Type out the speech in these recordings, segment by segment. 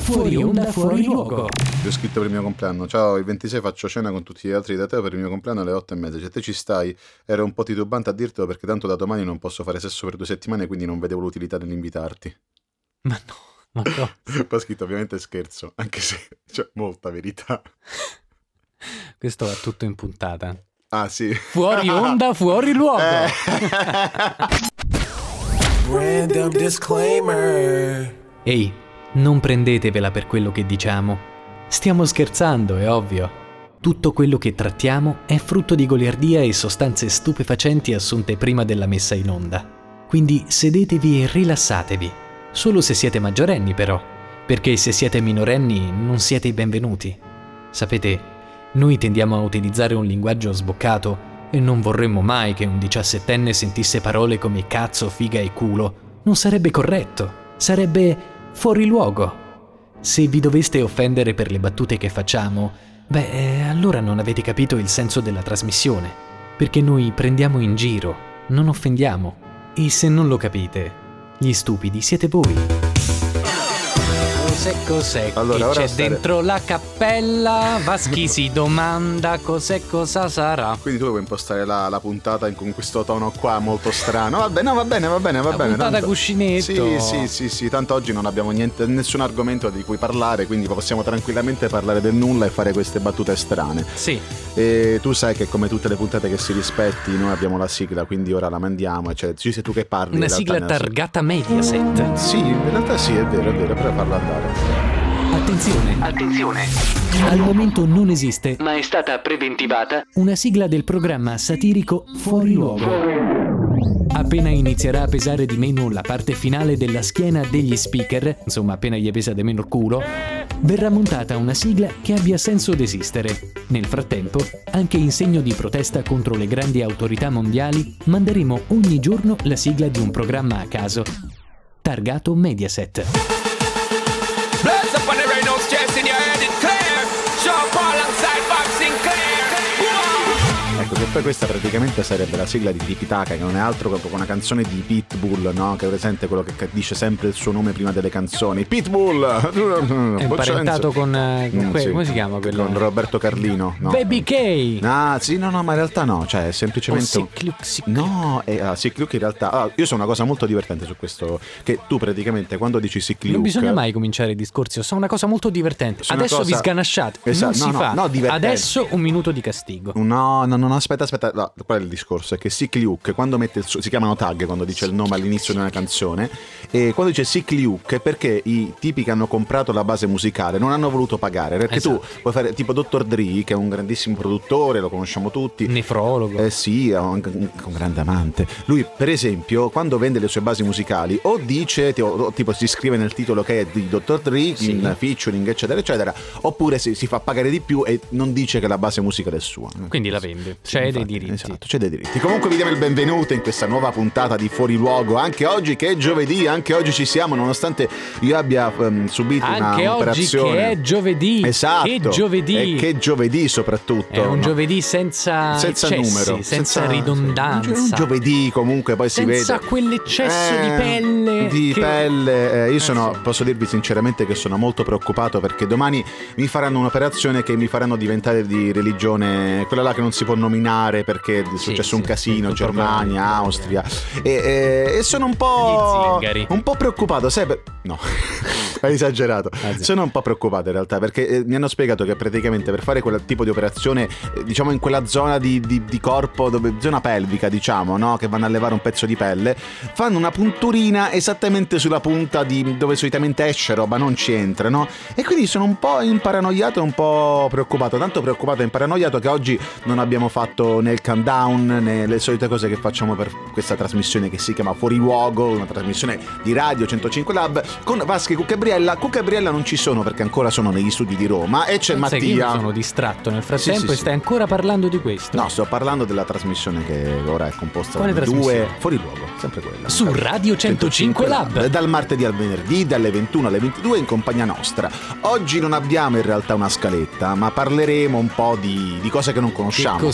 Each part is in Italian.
Fuori onda, fuori luogo. Ti ho scritto per il mio compleanno: ciao, il 26 faccio cena con tutti gli altri da te per il mio compleanno alle 8:30. Se te ci stai, ero un po' titubante a dirtelo perché tanto da domani non posso fare sesso per 2 settimane, quindi non vedevo l'utilità nell'invitarti. Ma no, ma no. Poi ho scritto ovviamente scherzo, anche se c'è molta verità. Questo va tutto in puntata. Ah sì. Fuori onda, fuori luogo. Random disclaimer. Ehi, non prendetevela per quello che diciamo. Stiamo scherzando, è ovvio. Tutto quello che trattiamo è frutto di goliardia e sostanze stupefacenti assunte prima della messa in onda. Quindi sedetevi e rilassatevi. Solo se siete maggiorenni però, perché se siete minorenni non siete i benvenuti. Sapete, noi tendiamo a utilizzare un linguaggio sboccato e non vorremmo mai che un 17enne sentisse parole come cazzo, figa e culo. Non sarebbe corretto, sarebbe fuori luogo. Se vi doveste offendere per le battute che facciamo, allora non avete capito il senso della trasmissione, perché noi prendiamo in giro, non offendiamo. E se non lo capite, gli stupidi siete voi. Cos'è Allora, che c'è stare... dentro la cappella? Vaschi si domanda cosa sarà. Quindi tu vuoi impostare la puntata con questo tono qua molto strano. Va bene, va bene. Puntata tanto... cuscinetto. Sì, tanto oggi non abbiamo nessun argomento di cui parlare, quindi possiamo tranquillamente parlare del nulla e fare queste battute strane. Sì. E tu sai che come tutte le puntate che si rispetti noi abbiamo la sigla, quindi ora la mandiamo, cioè ci sei tu che parli. Una sigla targata Mediaset. Sì, in realtà sì, è vero, però farlo andare. Attenzione. Al momento non esiste, ma è stata preventivata, una sigla del programma satirico Fuori luogo. Appena inizierà a pesare di meno la parte finale della schiena degli speaker, insomma appena gli pesa di meno il culo, verrà montata una sigla che abbia senso d'esistere. Nel frattempo, anche in segno di protesta contro le grandi autorità mondiali, manderemo ogni giorno la sigla di un programma a caso, targato Mediaset. Bloods up on the radio, stress in your head, it's clear. Sean Paul alongside Bob Sinclair. Ecco, che poi questa praticamente sarebbe la sigla di Tiki Taka, che non è altro che una canzone di Pitbull, no? Che è presente quello che dice sempre il suo nome prima delle canzoni. Pitbull! È imparentato con sì. Come si chiama quello? Con Roberto Carlino, no? Baby K! Ah, sì, no, ma in realtà no, cioè è semplicemente... No, Sick Luke in realtà... io so una cosa molto divertente su questo, che tu praticamente quando dici Sick Luke... Non bisogna mai cominciare i discorsi, so una cosa molto divertente. Adesso vi sganasciate, esatto, non si fa. No, adesso un minuto di castigo. No, aspetta, no, qual è il discorso? È che Sick Luke, quando mette si chiamano tag quando dice il nome all'inizio di una canzone, e quando dice Sick Luke è perché i tipi che hanno comprato la base musicale non hanno voluto pagare, perché esatto. Tu puoi fare tipo Dr. Dre, che è un grandissimo produttore, lo conosciamo tutti, nefrologo, sì, è un grande amante. Lui per esempio quando vende le sue basi musicali o dice o tipo si scrive nel titolo che è di Dr. Dre, sì, in featuring eccetera eccetera, oppure si fa pagare di più e non dice che la base musicale è sua, quindi la vende, c'è dei diritti. Esatto, c'è dei diritti. Comunque vi diamo il benvenuto in questa nuova puntata di Fuori Luogo, anche oggi che è giovedì, anche oggi ci siamo, nonostante io abbia subito un'operazione. Anche oggi che è giovedì. Esatto. Che giovedì. E che giovedì soprattutto. È un giovedì senza eccessi, numero, senza ridondanza. Un giovedì comunque poi si vede. Senza quell'eccesso di pelle. Io posso dirvi sinceramente che sono molto preoccupato perché domani mi faranno un'operazione che mi faranno diventare di religione, quella là che non si può nominare perché è successo un casino, Germania, Austria, e sono un po' preoccupato, sai? No, hai esagerato. Sono un po' preoccupato in realtà perché mi hanno spiegato che praticamente per fare quel tipo di operazione, diciamo in quella zona di corpo, zona pelvica, diciamo, no? Che vanno a levare un pezzo di pelle, fanno una punturina esattamente sulla punta di dove solitamente esce roba, non ci entra, no? E quindi sono un po' imparanoiato e un po' preoccupato, tanto preoccupato e imparanoiato che oggi non abbiamo fatto né il countdown né le solite cose che facciamo per questa trasmissione che si chiama Fuori Luogo, una trasmissione di Radio 105 Lab con Vaschi, Cucca e Briella. Cucca e Briella non ci sono perché ancora sono negli studi di Roma e c'è Mattia. Io sono distratto nel frattempo sì. E stai ancora parlando di questo? No, sto parlando della trasmissione che ora è composta da due Fuori Luogo, sempre quella. Su Radio 105 Lab. Dal martedì al venerdì, dalle 21 alle 22 in compagnia nostra. Oggi non abbiamo in realtà una scaletta, ma parleremo un po' di cose che non conosciamo. Che cos'è una scaletta?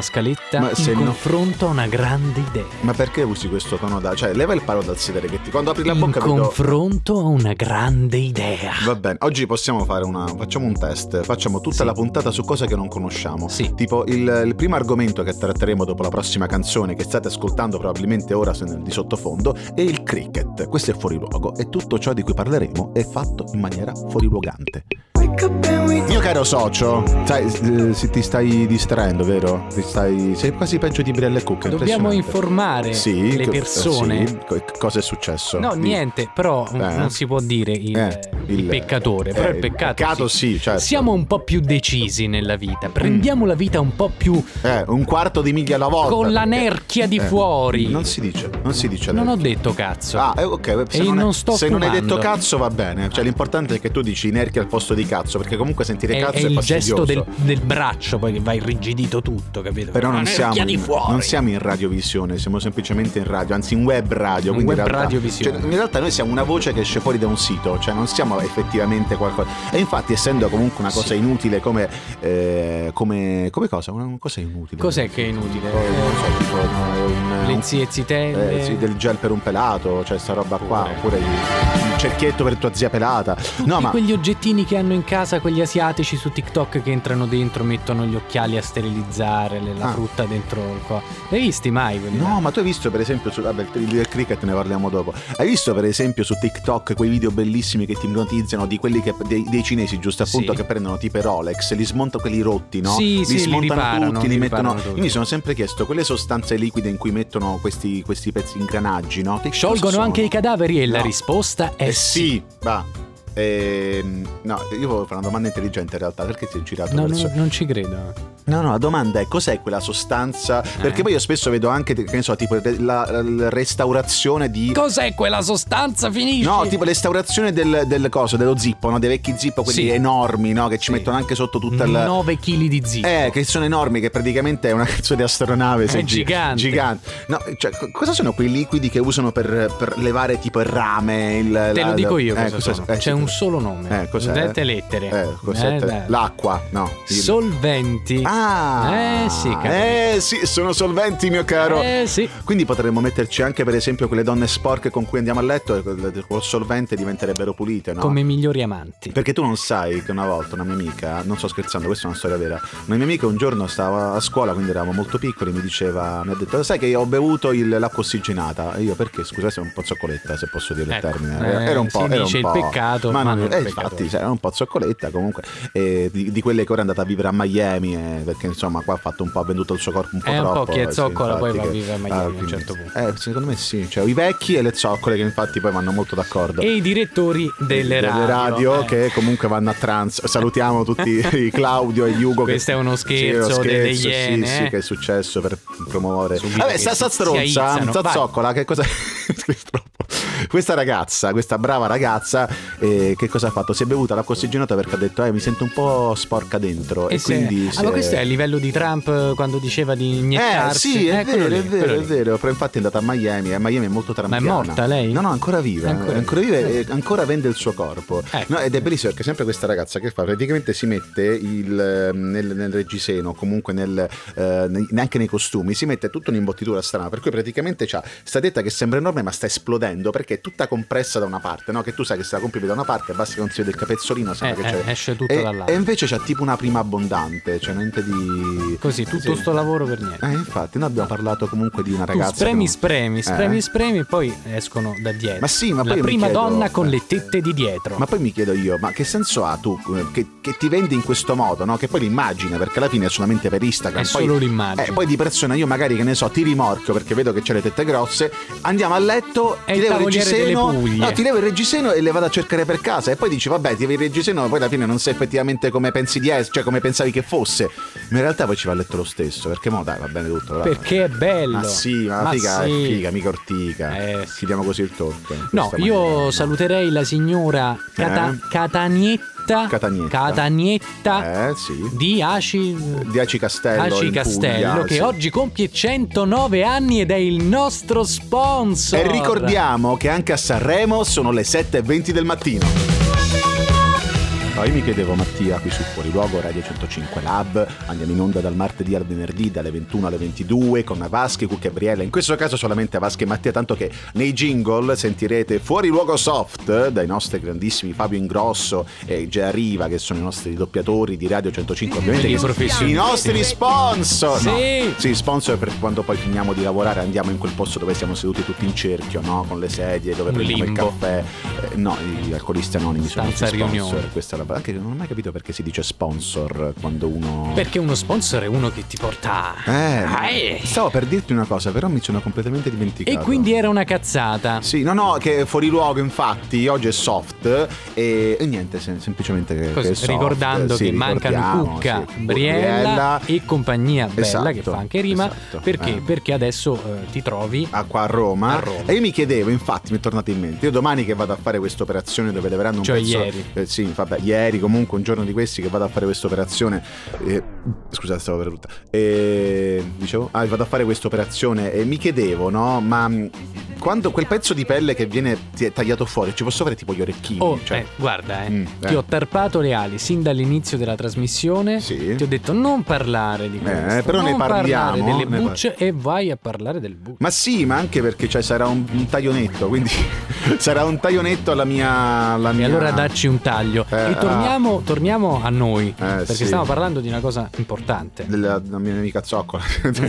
scaletta in confronto a una grande idea. Ma perché usi questo tono cioè leva il palo dal sedere che quando apri la in bocca confronto a una grande idea. Va bene, oggi possiamo fare facciamo un test, facciamo tutta la puntata su cose che non conosciamo. Sì. Tipo il primo argomento che tratteremo dopo la prossima canzone che state ascoltando probabilmente ora di sottofondo è il cricket. Questo è fuori luogo e tutto ciò di cui parleremo è fatto in maniera fuoriluogante. Mio caro socio, sai, ti stai distraendo, vero? Sei quasi peggio di Brielle Cook. Dobbiamo informare le persone. Sì. Cosa è successo? No, niente, però non si può dire il peccatore. Però il peccato sì, certo. Siamo un po' più decisi nella vita. Prendiamo la vita un po' più un quarto di miglia alla volta. Con la nerchia di fuori. Non si dice. Non ho detto cazzo. Ok. Se non hai detto cazzo va bene. Cioè l'importante è che tu dici nerchia al posto di cazzo, perché comunque sentire cazzo è il fastidioso. gesto del braccio poi che va irrigidito tutto, capito? Però non siamo in radiovisione, siamo semplicemente in radio, anzi in web radio. In web radiovisione. Cioè, in realtà noi siamo una voce che esce fuori da un sito, cioè non siamo effettivamente qualcosa. E infatti, essendo comunque una cosa inutile come cosa? Una cosa inutile. Cos'è che è inutile? Non so, tipo le zietelle. Sì, del gel per un pelato, cioè sta roba qua, oppure il cerchietto per tua zia pelata. Tutti quegli oggettini che hanno in casa quegli asiatici su TikTok che entrano dentro, mettono gli occhiali a sterilizzare la frutta dentro il qua. L'hai visti mai quelli? No, ma tu hai visto per esempio del cricket ne parliamo dopo. Hai visto per esempio su TikTok quei video bellissimi che ti ipnotizzano di quelli che dei cinesi, giusto appunto, che prendono tipo Rolex, li smontano, quelli rotti, no? Sì, li smontano tutti, li mettono. Tutti. Io mi sono sempre chiesto quelle sostanze liquide in cui mettono questi pezzi ingranaggi, no? Che sciolgono anche i cadaveri e la risposta è sì. Va. No, io volevo fare una domanda intelligente in realtà. Perché ti hai girato verso... non ci credo. No, la domanda è: cos'è quella sostanza? Perché poi io spesso vedo anche, che ne so, tipo la restaurazione di... Cos'è quella sostanza? Finisci? No, tipo restaurazione del coso, dello zippo, no? Dei vecchi zippo, quelli enormi, no? Che ci mettono anche sotto tutta 9 kg di zippo. Che sono enormi, che praticamente è una cazzo di astronave. È gigante. No, cioè, cosa sono quei liquidi che usano per levare tipo il rame? Te lo dico io cosa sono. C'è un solo nome. Cos'è? 7 lettere. L'acqua, no. Solventi. Sì, sono solventi, mio caro. Sì. Quindi potremmo metterci anche per esempio quelle donne sporche con cui andiamo a letto, col solvente diventerebbe pulite, no? Come i migliori amanti. Perché tu non sai che una volta una mia amica, non sto scherzando, questa è una storia vera, una mia amica un giorno stava a scuola, quindi eravamo molto piccoli, mi ha detto: sai che io ho bevuto l'acqua ossigenata? E io: perché? Scusa, sei un po' zoccoletta, se posso dire il termine. Era un po'. Dice il peccato, ma non infatti era un po' zoccoletta comunque, di quelle che ora è andata a vivere a Miami, perché insomma qua ha venduto il suo corpo un po' troppo. Un po' chi è zoccola poi va a vivere a Miami a un certo punto. Secondo me sì, cioè i vecchi e le zoccole che infatti poi vanno molto d'accordo. E i direttori delle radio che comunque vanno a trans. Salutiamo tutti i Claudio e Hugo. Questo è uno scherzo delle Iene. Sì, che è successo per promuovere. Vabbè, sta stronza, zoccola, che cosa questa ragazza, questa brava ragazza, che cosa ha fatto? Si è bevuta l'acqua ossigenata perché ha detto: mi sento un po' sporca dentro. E quindi ma questo è il livello di Trump quando diceva di iniettarsi. Sì, è vero. Però infatti è andata a Miami. A Miami è molto trampiana. Ma è morta lei? No, ancora viva. Ancora viva e ancora vende il suo corpo. No, ed è bellissimo perché sempre questa ragazza che fa? Praticamente si mette nel reggiseno, comunque neanche nei costumi, si mette tutta un'imbottitura strana. Per cui praticamente c'ha sta tetta che sembra enorme ma sta esplodendo perché è tutta compressa da una parte, no? Che tu sai che se la compri da una parte basta che non si vede il capezzolino, che c'è. Esce tutto dall'altro. E invece c'ha tipo una prima abbondante, cioè niente di... Così, tutto sto lavoro per niente. Infatti, noi abbiamo parlato comunque di una ragazza. Spremi, poi escono da dietro. Ma sì, ma la poi prima donna con le tette di dietro. Ma poi mi chiedo io, ma che senso ha tu che ti vendi in questo modo, no? Che poi l'immagine, perché alla fine è solamente per Instagram. È solo l'immagine. Poi di persona io magari, che ne so, ti rimorchio perché vedo che c'è le tette grosse, andiamo a letto, ti levo il reggiseno. No, ti levo il reggiseno e le vado a cercare per casa. E poi dici: vabbè, ti levi il reggiseno, ma poi alla fine non sei effettivamente come pensi di essere, cioè come pensavi che fosse. Ma in realtà poi ci va a letto lo stesso, perché mo dai, va bene tutto. Va. Perché è bello. Ma sì, ma figa, sì. È figa, mica ortica. Chiudiamo così il talk. No, io saluterei la signora Catanietta sì. di Aci Castello, che sì. oggi compie 109 anni ed è il nostro sponsor. E ricordiamo che anche a Sanremo sono le 7:20 del mattino. Io mi chiedevo, Mattia, qui su Fuori Luogo Radio 105 Lab, andiamo in onda dal martedì al venerdì dalle 21 alle 22 con Vaschi, Cucchi e Gabriele, in questo caso solamente Vaschi e Mattia, tanto che nei jingle sentirete Fuori Luogo Soft dai nostri grandissimi Fabio Ingrosso e Gea Riva, che sono i nostri doppiatori di Radio 105, ovviamente i nostri sponsor. Sì, sponsor, per quando poi finiamo di lavorare andiamo in quel posto dove siamo seduti tutti in cerchio, no? Con le sedie, dove prendiamo il caffè. No, gli alcolisti anonimi sono i sponsor. Questa è anche non ho mai capito perché si dice sponsor quando uno... Perché uno sponsor è uno che ti porta... Stavo per dirti una cosa, però mi sono completamente dimenticato. E quindi era una cazzata. Sì, no, che Fuori Luogo infatti oggi è soft e niente, semplicemente che è soft. Ricordando che mancano Cucca, Briella e compagnia bella, esatto, che fa anche rima, esatto. Perché adesso ti trovi qua a Roma. E io mi chiedevo, infatti mi è tornato in mente, io domani che vado a fare questa operazione dove leveranno un pezzo... ieri. Sì, vabbè, ieri comunque un giorno di questi che vado a fare questa operazione, scusate, stavo per brutta, dicevo, vado a fare questa operazione e mi chiedevo, no, ma quando quel pezzo di pelle che viene tagliato fuori ci posso fare tipo gli orecchini, guarda, ti ho tarpato le ali sin dall'inizio della trasmissione, sì. Ti ho detto non parlare di questo, però non ne parliamo delle bucce e vai a parlare del buccio. Ma sì, ma anche perché sarà un taglionetto, quindi sarà un taglionetto alla mia... E allora dacci un taglio e torniamo a noi, perché sì. stiamo parlando di una cosa importante. Della mia amica Zoccola.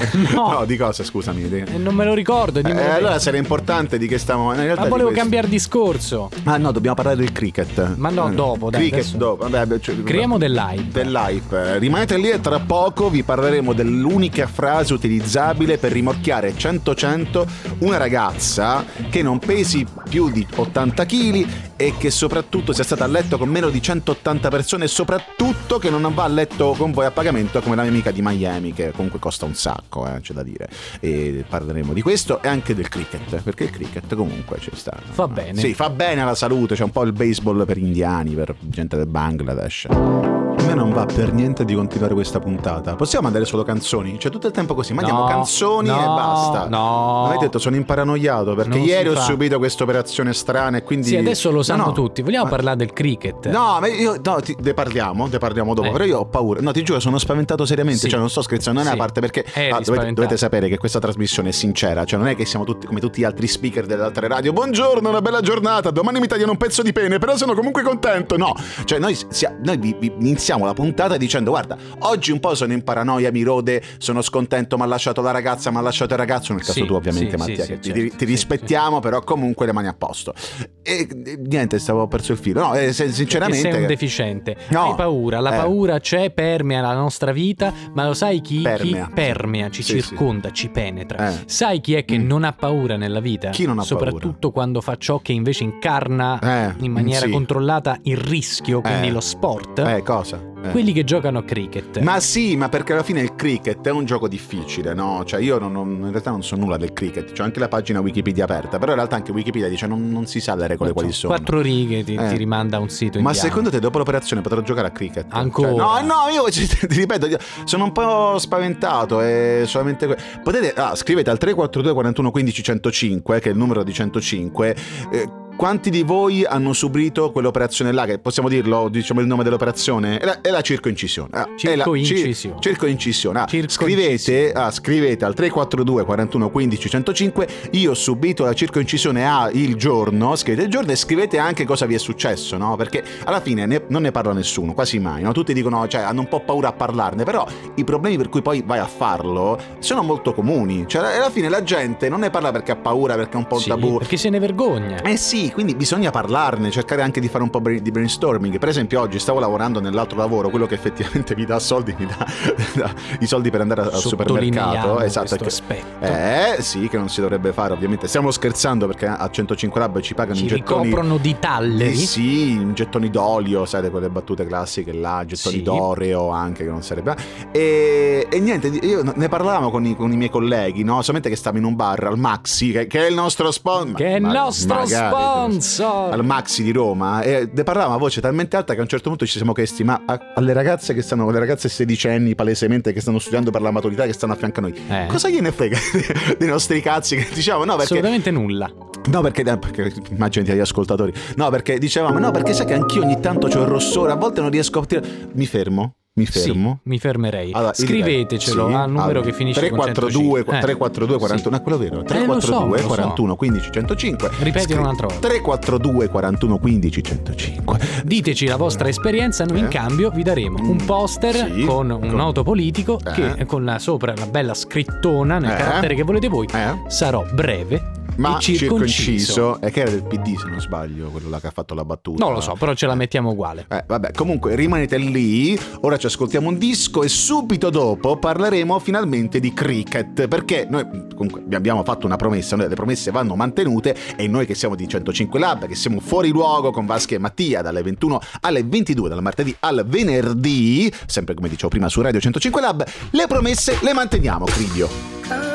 No, di cosa, scusami? Non me lo ricordo. Allora sarà importante di che stiamo... In realtà ma volevo cambiare discorso. No, dobbiamo parlare del cricket. Ma no, dopo, dai. Cricket dopo. Creiamo dell'hype. Rimanete lì e tra poco vi parleremo dell'unica frase utilizzabile per rimorchiare 100-100 una ragazza che non pesi più di 80 kg e che soprattutto sia stata a letto con meno di 180 persone e soprattutto che non va a letto con voi a pagamento come la mia amica di Miami, che comunque costa un sacco, c'è da dire. E parleremo di questo e anche del cricket, perché il cricket comunque ci sta. Fa bene. Sì, fa bene alla salute, c'è un po' il baseball per indiani, per gente del Bangladesh. A me non va per niente di continuare questa puntata. Possiamo mandare solo canzoni? C'è tutto il tempo così, mandiamo canzoni e basta. No. Non hai detto, sono imparanoiato perché ieri ho subito questa operazione strana e quindi... Sì, adesso lo sanno tutti. Vogliamo parlare del cricket? No, ma ne parliamo dopo. Però io ho paura. No, ti giuro, sono spaventato seriamente. Cioè, non sto scherzando, non è a parte perché dovete sapere che questa trasmissione è sincera. Cioè, non è che siamo tutti come tutti gli altri speaker delle altre radio. Buongiorno, una bella giornata. Domani mi tagliano un pezzo di pene, però sono comunque contento. No, cioè noi iniziamo la puntata dicendo: guarda, oggi un po' sono in paranoia, mi rode, sono scontento, mi ha lasciato la ragazza, mi ha lasciato il ragazzo, nel caso tu ovviamente, Mattia, che ti rispettiamo, però comunque le mani a posto. E niente, stavo perso il filo. No, sinceramente sei un deficiente. Hai paura, la paura c'è, permea la nostra vita, ma lo sai chi permea, ci circonda, ci penetra. Sai chi è che non ha paura nella vita? Chi non ha soprattutto paura? Quando fa ciò che invece incarna in maniera controllata il rischio, quindi lo sport. Cosa? Quelli che giocano a cricket. Ma sì, ma perché alla fine il cricket è un gioco difficile, no? Cioè io in realtà non so nulla del cricket. C'ho anche la pagina Wikipedia aperta, però in realtà anche Wikipedia dice non si sa le regole quali sono. 4 righe ti rimanda a un sito indiano. Ma secondo te dopo l'operazione potrò giocare a cricket? Ancora? Cioè, no, io ti ripeto, sono un po' spaventato. È solamente potete scrivete al 342 41 15 105, che è il numero di 105. Quanti di voi hanno subito quell'operazione là, che possiamo dirlo, diciamo il nome dell'operazione? È la circoincisione. Circoincisione. Scrivete al 342 41 15 105, io ho subito la circoincisione il giorno, scrivete il giorno e scrivete anche cosa vi è successo, no? Perché alla fine non ne parla nessuno, quasi mai, no? Tutti dicono, cioè hanno un po' paura a parlarne, però i problemi per cui poi vai a farlo sono molto comuni, cioè alla fine la gente non ne parla perché ha paura, perché è un po' un tabù. Perché se ne vergogna. Sì, quindi bisogna parlarne, cercare anche di fare un po' di brainstorming. Per esempio oggi stavo lavorando nell'altro lavoro, quello che effettivamente mi dà soldi, mi dà i soldi per andare al supermercato. Esatto, questo aspetto. Sì, che non si dovrebbe fare ovviamente. Stiamo scherzando perché a 105 Lab ci pagano i gettoni. Ci ricoprono di talleri. Sì, gettoni d'olio, sai, quelle battute classiche là, gettoni d'oreo anche, che non sarebbe. E niente, io ne parlavamo con i miei colleghi, no? Solamente che stavo in un bar al Maxi, che è il nostro sponsor. Che è il nostro sponsor. al Maxi di Roma, e ne parlavamo a voce talmente alta che a un certo punto ci siamo chiesti: ma alle ragazze le ragazze sedicenni palesemente che stanno studiando per la maturità, che stanno a fianco a noi, cosa gliene frega dei nostri cazzi? Che diciamo no, perché assolutamente nulla. No, perché immaginati agli ascoltatori. No, perché dicevamo no, perché sai che anch'io ogni tanto c'ho il rossore, a volte non riesco a mi fermo. Sì, mi fermerei. Allora, scrivetecelo al numero che finisce 342 con 342 41, è quello vero? 342 41 15 105. Ripetilo un'altra volta. 342 41 15 105. Diteci la vostra esperienza, noi in cambio vi daremo un poster con un noto politico che con sopra una bella scrittona nel carattere che volete voi. Sarò breve ma circonciso, è che era del PD se non sbaglio, quello là che ha fatto la battuta. Non lo so, però ce la mettiamo uguale. Vabbè, comunque rimanete lì. Ora ci ascoltiamo un disco e subito dopo parleremo finalmente di cricket, perché noi comunque abbiamo fatto una promessa, noi le promesse vanno mantenute, e noi che siamo di 105 Lab, che siamo fuori luogo con Vaschi e Mattia dalle 21 alle 22, dal martedì al venerdì, sempre come dicevo prima su Radio 105 Lab, le promesse le manteniamo, Cridio.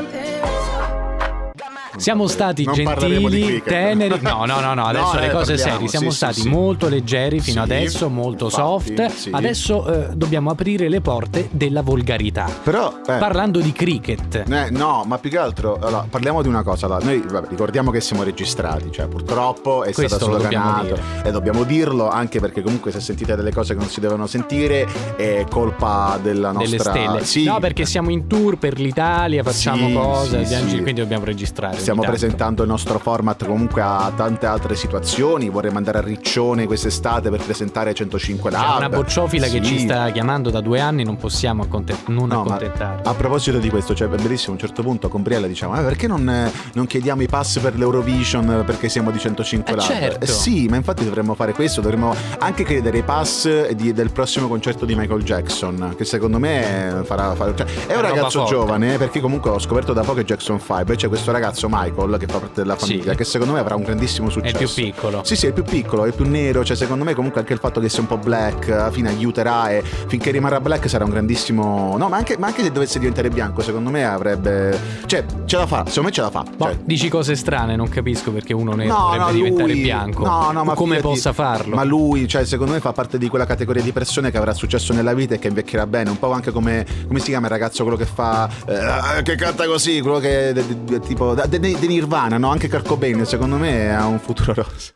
Siamo stati gentili, teneri. No, adesso le cose serie. Siamo stati molto leggeri fino adesso, molto soft. Adesso dobbiamo aprire le porte della volgarità. Però parlando di cricket. No, ma più che altro allora, parliamo di una cosa. Allora, noi ricordiamo che siamo registrati, cioè purtroppo è stato sloganato e dobbiamo dirlo, anche perché comunque se sentite delle cose che non si devono sentire è colpa della nostra delle stelle. No, perché siamo in tour per l'Italia, facciamo cose, quindi dobbiamo registrare. Stiamo presentando il nostro format comunque a tante altre situazioni. Vorremmo andare a Riccione quest'estate per presentare 105 Lab. C'è una bocciofila che ci sta chiamando da 2 anni, non possiamo accontentare. A proposito di questo, cioè è bellissimo, a un certo punto con Briella diciamo perché non chiediamo i pass per l'Eurovision perché siamo di 105 Lab? Certo. Sì, ma infatti dovremmo fare questo, dovremmo anche chiedere i pass del prossimo concerto di Michael Jackson, che secondo me farà cioè, è un ragazzo giovane, perché comunque ho scoperto da poco Jackson 5, c'è questo ragazzo Michael che fa parte della famiglia, che secondo me avrà un grandissimo successo. È il più piccolo. Sì, è il più piccolo, è il più nero, cioè secondo me comunque anche il fatto che sia un po' black alla fine aiuterà, e finché rimarrà black sarà un grandissimo. No, ma anche se dovesse diventare bianco, secondo me avrebbe, cioè ce la fa, secondo me ce la fa. Cioè... Dici cose strane, non capisco perché uno nero dovrebbe diventare bianco. Ma come possa farlo? Ma lui, cioè secondo me fa parte di quella categoria di persone che avrà successo nella vita e che invecchierà bene, un po' anche come si chiama il ragazzo, quello che fa che canta così, quello che tipo di Nirvana, no? Anche Kurt Cobain secondo me ha un futuro rosa.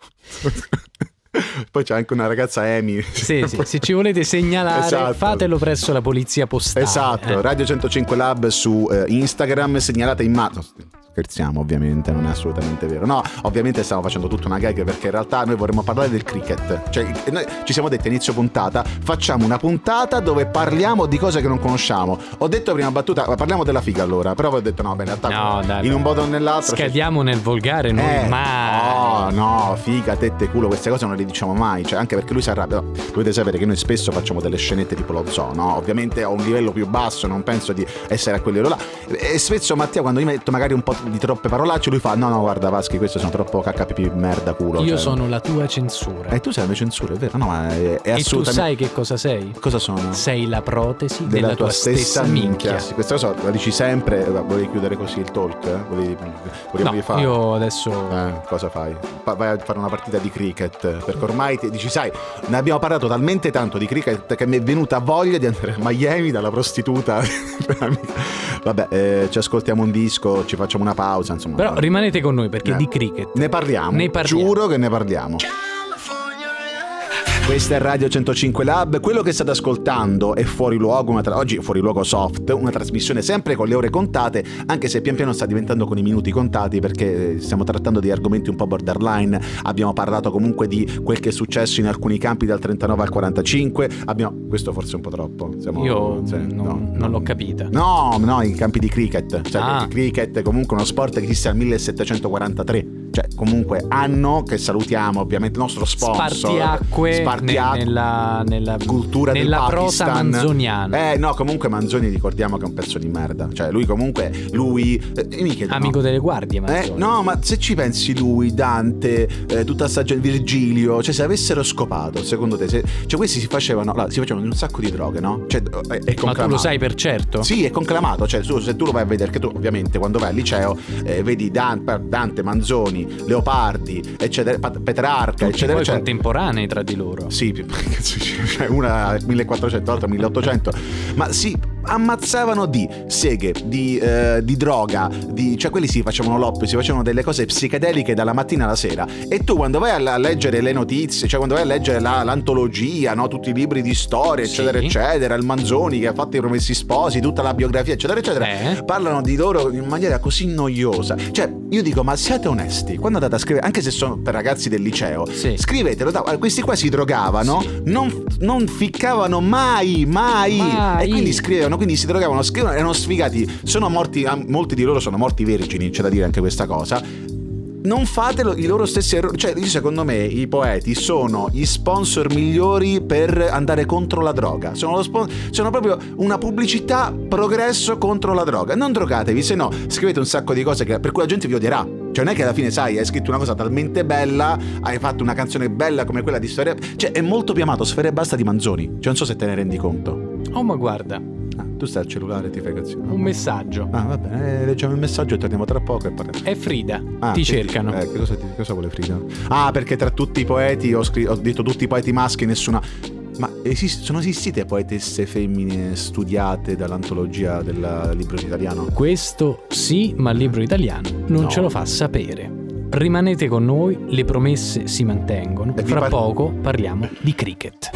Poi c'è anche una ragazza Amy. Sì, se ci volete segnalare, fatelo presso la polizia postale. Esatto, Radio 105 Lab su Instagram, segnalate in mano. Scherziamo, ovviamente, non è assolutamente vero. No, ovviamente stiamo facendo tutta una gag, perché in realtà noi vorremmo parlare del cricket. Cioè, noi ci siamo detti a inizio puntata, facciamo una puntata dove parliamo di cose che non conosciamo. Ho detto prima battuta, parliamo della figa allora, però ho detto no, beh, in realtà in un modo o nell'altro scadiamo nel volgare noi mai. No, figa, tette, culo, queste cose non le diciamo mai, cioè anche perché lui si arrabbia. Dovete sapere che noi spesso facciamo delle scenette tipo lo zoo, no? Ovviamente a un livello più basso, non penso di essere a quello là. E spesso Mattia, quando io metto magari un po' di troppe parolacce, lui fa no guarda Vaschi, queste sono troppo cacca-pipì, merda, culo. Io sono la tua censura. Tu sei la mia censura, è vero? No, ma è assolutamente. E tu sai che cosa sei? Cosa sono? Sei la protesi della tua stessa minchia. Sì, questa cosa la dici sempre. Volevi chiudere così il talk? Volevi fare? Io adesso cosa fai? Vai a fare una partita di cricket, perché ormai dici sai, ne abbiamo parlato talmente tanto di cricket che mi è venuta voglia di andare a Miami dalla prostituta. Vabbè, ci ascoltiamo un disco, ci facciamo una pausa, insomma. Però rimanete con noi, perché di cricket ne parliamo. Giuro che ne parliamo. Questa è Radio 105 Lab. Quello che state ascoltando è Fuori Luogo, oggi Fuori Luogo Soft, una trasmissione sempre con le ore contate, anche se pian piano sta diventando con i minuti contati, perché stiamo trattando di argomenti un po' borderline. Abbiamo parlato comunque di quel che è successo in alcuni campi dal 39 al 45. Questo forse è un po' troppo. Non l'ho capita. No, i campi di cricket. Cioè, il cricket è comunque uno sport che esiste al 1743. Cioè, comunque anno che salutiamo, ovviamente il nostro sponsor. Spartiacque nella cultura del Pakistan. Prosa manzoniana. No, comunque Manzoni ricordiamo che è un pezzo di merda. Cioè, lui comunque amico delle guardie, Manzoni. No, ma se ci pensi, lui, Dante, tutta sta gente, Virgilio, cioè se avessero scopato, secondo te, cioè questi si facevano un sacco di droghe, no? Cioè, è conclamato. Ma tu lo sai per certo? Sì, è conclamato. Cioè, se tu lo vai a vedere, che tu ovviamente quando vai al liceo vedi Dante, Manzoni, Manzoni, Leopardi, eccetera, Petrarca, tutti eccetera, poi eccetera. contemporanei tra di loro. Sì, cioè una 1400, l'altra 1800, ma si ammazzavano di seghe, di droga, cioè quelli si facevano l'oppio, si facevano delle cose psichedeliche dalla mattina alla sera. E tu quando vai a leggere le notizie, cioè quando vai a leggere l'antologia, no? Tutti i libri di storia, eccetera, eccetera, il Manzoni che ha fatto I Promessi Sposi, tutta la biografia, eccetera, eccetera, parlano di loro in maniera così noiosa. Cioè io dico, ma siate onesti, quando andate a scrivere, anche se sono per ragazzi del liceo, scrivetelo. Questi qua si drogavano, non ficcavano mai. E quindi scrivevano, quindi si drogavano, scrivevano, erano sfigati, sono morti, molti di loro sono morti vergini, c'è da dire anche questa cosa. Non fatelo i loro stessi errori. Cioè, secondo me i poeti sono gli sponsor migliori per andare contro la droga. Sono proprio una pubblicità progresso contro la droga. Non drogatevi, se no scrivete un sacco di cose per cui la gente vi odierà. Cioè non è che alla fine, sai, hai scritto una cosa talmente bella, hai fatto una canzone bella come quella di Storia. Cioè è molto più amato Sfera Ebbasta di Manzoni. Cioè non so se te ne rendi conto. Oh, ma guarda, tu stai al cellulare, ti frega. un messaggio. Va bene, leggiamo il messaggio e torniamo tra poco e parliamo. È Frida, ti cercano. Cosa vuole Frida? Perché tra tutti i poeti ho detto tutti i poeti maschi, nessuna. Ma sono esistite poetesse femmine studiate dall'antologia del libro italiano? Questo sì, ma il libro italiano non ce lo fa sapere. Rimanete con noi, le promesse si mantengono. Fra poco parliamo di cricket.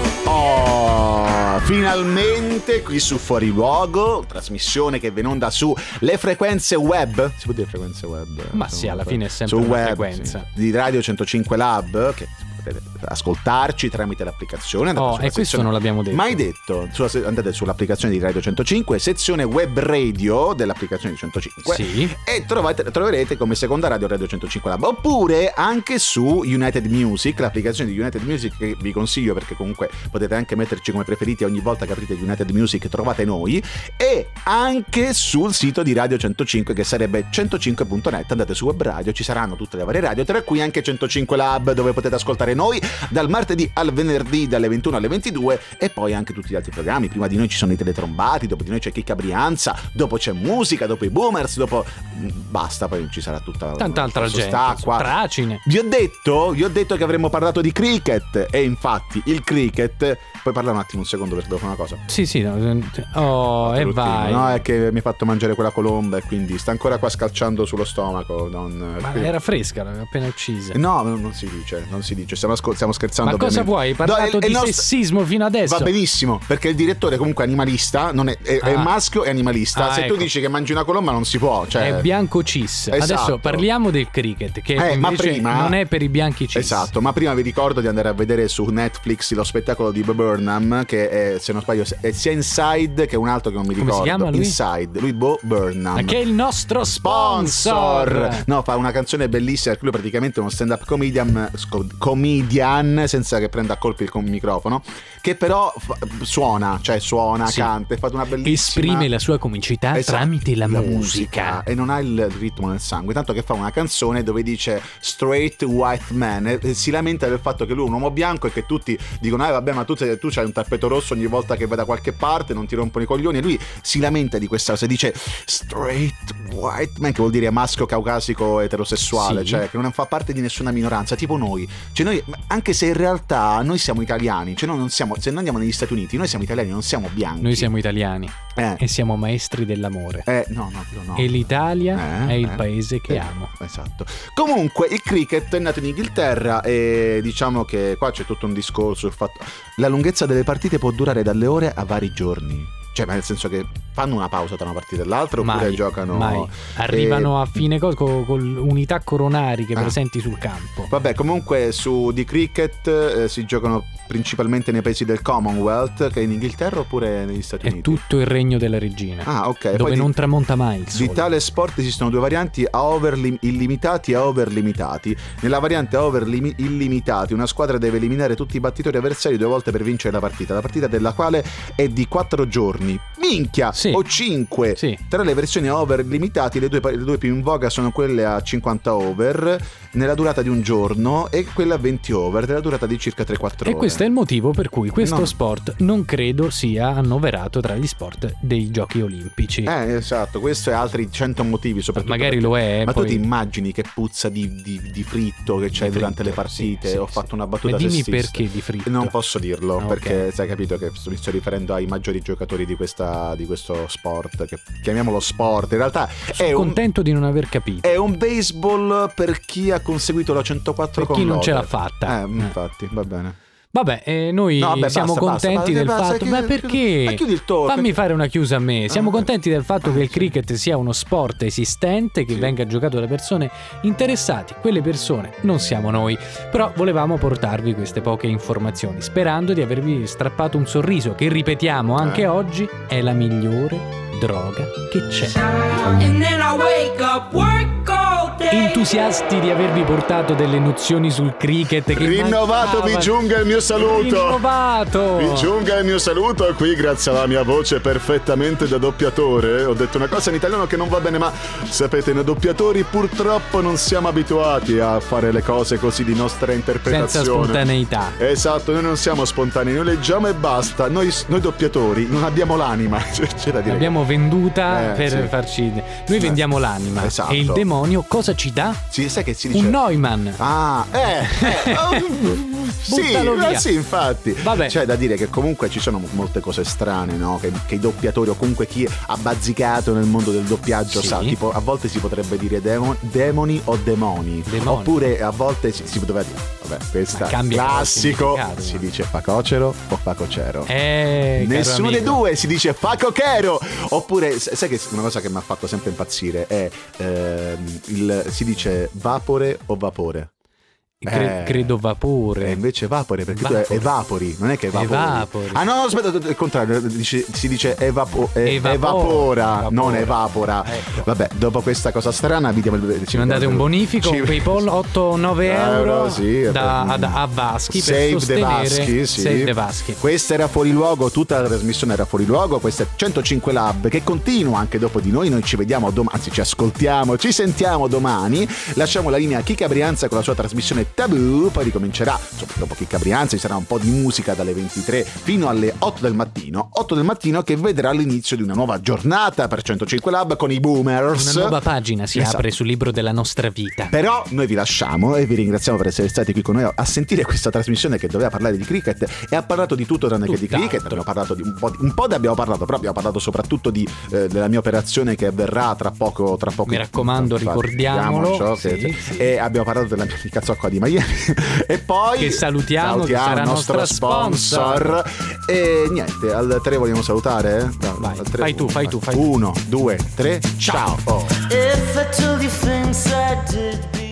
Oh, finalmente qui su Fuori Luogo, trasmissione che va in onda su le frequenze web. Si può dire frequenze web? Ma sì, alla fine è sempre su una web, frequenza. Di Radio 105 Lab, che potete ascoltarci tramite l'applicazione. E questo non l'abbiamo detto. Mai detto. Andate sull'applicazione di Radio 105, sezione web radio dell'applicazione di 105, e troverete come seconda radio Radio 105 Lab. Oppure anche su United Music, l'applicazione di United Music, che vi consiglio perché comunque potete anche metterci come preferiti ogni volta che aprite United Music, trovate noi. E anche sul sito di Radio 105, che sarebbe 105.net. Andate su web radio, ci saranno tutte le varie radio, tra cui anche 105 Lab, dove potete ascoltare noi dal martedì al venerdì dalle 21 alle 22, e poi anche tutti gli altri programmi. Prima di noi ci sono i Teletrombati, dopo di noi c'è Chicca Brianza, dopo c'è musica, dopo i Boomers, dopo basta, poi ci sarà tanta altra gente, Tracine. Vi ho detto che avremmo parlato di cricket, e infatti il cricket. Puoi parlare un attimo, un secondo, perché devo fare una cosa? Sì, e vai. No, è che mi ha fatto mangiare quella colomba e quindi sta ancora qua scalciando sullo stomaco. Ma era fresca, l'aveva appena uccisa. No, non si dice. Stiamo scherzando. Ma cosa vuoi? Hai parlato di sessismo fino adesso. Va benissimo, perché il direttore comunque è animalista, è maschio e animalista. Se tu dici che mangi una colomba non si può, cioè. È bianco cis. Esatto. Adesso parliamo del cricket, che invece non è per i bianchi cis. Esatto, ma prima vi ricordo di andare a vedere su Netflix lo spettacolo di Bo Burnham, che è, se non sbaglio, è sia Inside che un altro che non mi ricordo. Come si chiama lui? Inside, lui Bo Burnham, che è il nostro sponsor. No, fa una canzone bellissima, lui praticamente è uno stand-up comedian senza che prenda a colpi il microfono, che però suona, canta, è fatto una bellissima, esprime la sua comicità tramite la musica, e non ha il ritmo nel sangue, tanto che fa una canzone dove dice straight white man, e si lamenta del fatto che lui è un uomo bianco e che tutti dicono vabbè, ma tu c'hai un tappeto rosso ogni volta che vai da qualche parte, non ti rompono i coglioni, e lui si lamenta di questa cosa, dice straight white man, che vuol dire maschio caucasico eterosessuale, cioè che non fa parte di nessuna minoranza, tipo noi, cioè noi, anche se in realtà noi siamo italiani, cioè noi non siamo, se noi andiamo negli Stati Uniti, noi siamo italiani, non siamo bianchi. Noi siamo italiani e siamo maestri dell'amore. No. E l'Italia è il paese che amo. Esatto. Comunque il cricket è nato in Inghilterra, e diciamo che qua c'è tutto un discorso sul fatto la lunghezza delle partite può durare dalle ore a vari giorni. Cioè, ma nel senso che fanno una pausa tra una partita e l'altra, oppure giocano. Mai. Arrivano a fine cosa con unità coronariche presenti sul campo. Vabbè, comunque di cricket si giocano principalmente nei paesi del Commonwealth, che è in Inghilterra oppure negli Stati Uniti. È tutto il regno della regina. Ok. Dove poi non tramonta mai il sole. Di tale sport esistono due varianti, a over illimitati e a over limitati. Nella variante a over illimitati una squadra deve eliminare tutti i battitori avversari 2 volte per vincere la partita della quale è di 4 giorni. Minchia, o 5. Tra le versioni over limitati le due più in voga sono quelle a 50 over nella durata di un giorno, e quella a 20 over nella durata di circa 3-4 ore. E questo è il motivo per cui questo sport non credo sia annoverato tra gli sport dei giochi olimpici. Esatto, questo e altri 100 motivi, soprattutto magari lo è. Ma poi... tu ti immagini che puzza di fritto che c'hai durante le partite? Sì, Ho fatto una battuta dimmi sessista. Perché di fritto? Non posso dirlo, perché sai, capito che mi sto riferendo ai maggiori giocatori di questo sport, che chiamiamolo sport, in realtà sono contento di non aver capito. È un baseball per chi ha conseguito la 104 per chi non ce l'ha fatta. Infatti, va bene. Vabbè, noi siamo contenti del fatto. Ma perché? Chiudi il talk. Fammi fare una chiusa a me. Siamo contenti del fatto che il cricket sia uno sport esistente, che venga giocato da persone interessate. Quelle persone non siamo noi. Però volevamo portarvi queste poche informazioni, sperando di avervi strappato un sorriso, che ripetiamo anche oggi è la migliore droga che c'è. Entusiasti di avervi portato delle nozioni sul cricket che rinnovato vi giunga il mio saluto. Rinnovato vi giunga il mio saluto qui grazie alla mia voce perfettamente da doppiatore. Ho detto una cosa in italiano che non va bene, ma sapete, noi doppiatori purtroppo non siamo abituati a fare le cose così di nostra interpretazione, senza spontaneità. Esatto, noi non siamo spontanei, noi leggiamo e basta. Noi doppiatori non abbiamo l'anima. C'è da dire, l'abbiamo venduta per farci. Noi vendiamo l'anima. Esatto. E il demonio cosa ci dà? Sì, sai che si dice? Un Neumann. Sì, infatti. Vabbè. C'è da dire che comunque ci sono molte cose strane, no? Che i doppiatori o comunque chi ha bazzicato nel mondo del doppiaggio sa. Tipo, a volte si potrebbe dire demoni o demoni. Oppure a volte si poteva dire, vabbè, questa classico, si dice facocero o facocero. Nessuno dei due si dice facochero. Oppure, sai che una cosa che mi ha fatto sempre impazzire è si dice vapore o vapore? Credo vapore. Invece vapore, perché tu evapori, non è che evapori. Ah no, aspetta, il contrario, si dice evapora, non evapora. Ecco. Vabbè, dopo questa cosa strana ci mandate un bonifico, un PayPal 8-9 euro sì, a Vaschi per Save sostenere Save the Vaschi. Questa era Fuori Luogo, tutta la trasmissione era Fuori Luogo, questa è 105 Lab che continua anche dopo di noi. Noi ci vediamo domani, anzi ci ascoltiamo, ci sentiamo domani. Lasciamo la linea a Chicca Brianza con la sua trasmissione Tabù, poi ricomincerà dopo Chicca Brianza, ci sarà un po' di musica dalle 23 fino alle 8 del mattino che vedrà l'inizio di una nuova giornata per 105 Lab con i Boomers. Una nuova pagina si apre sul libro della nostra vita. Però noi vi lasciamo e vi ringraziamo per essere stati qui con noi a sentire questa trasmissione che doveva parlare di cricket e ha parlato di tutto tranne che di cricket. Abbiamo parlato di un po' abbiamo parlato, però abbiamo parlato soprattutto della mia operazione che avverrà tra poco. Mi raccomando, ricordiamolo. E abbiamo parlato della mia cazzocca di Miami e poi che salutiamo che sarà il nostro sponsor. E niente, al 3 vogliamo salutare? No, vai, fai tu. 1, 2, 3, ciao. If I told you things I did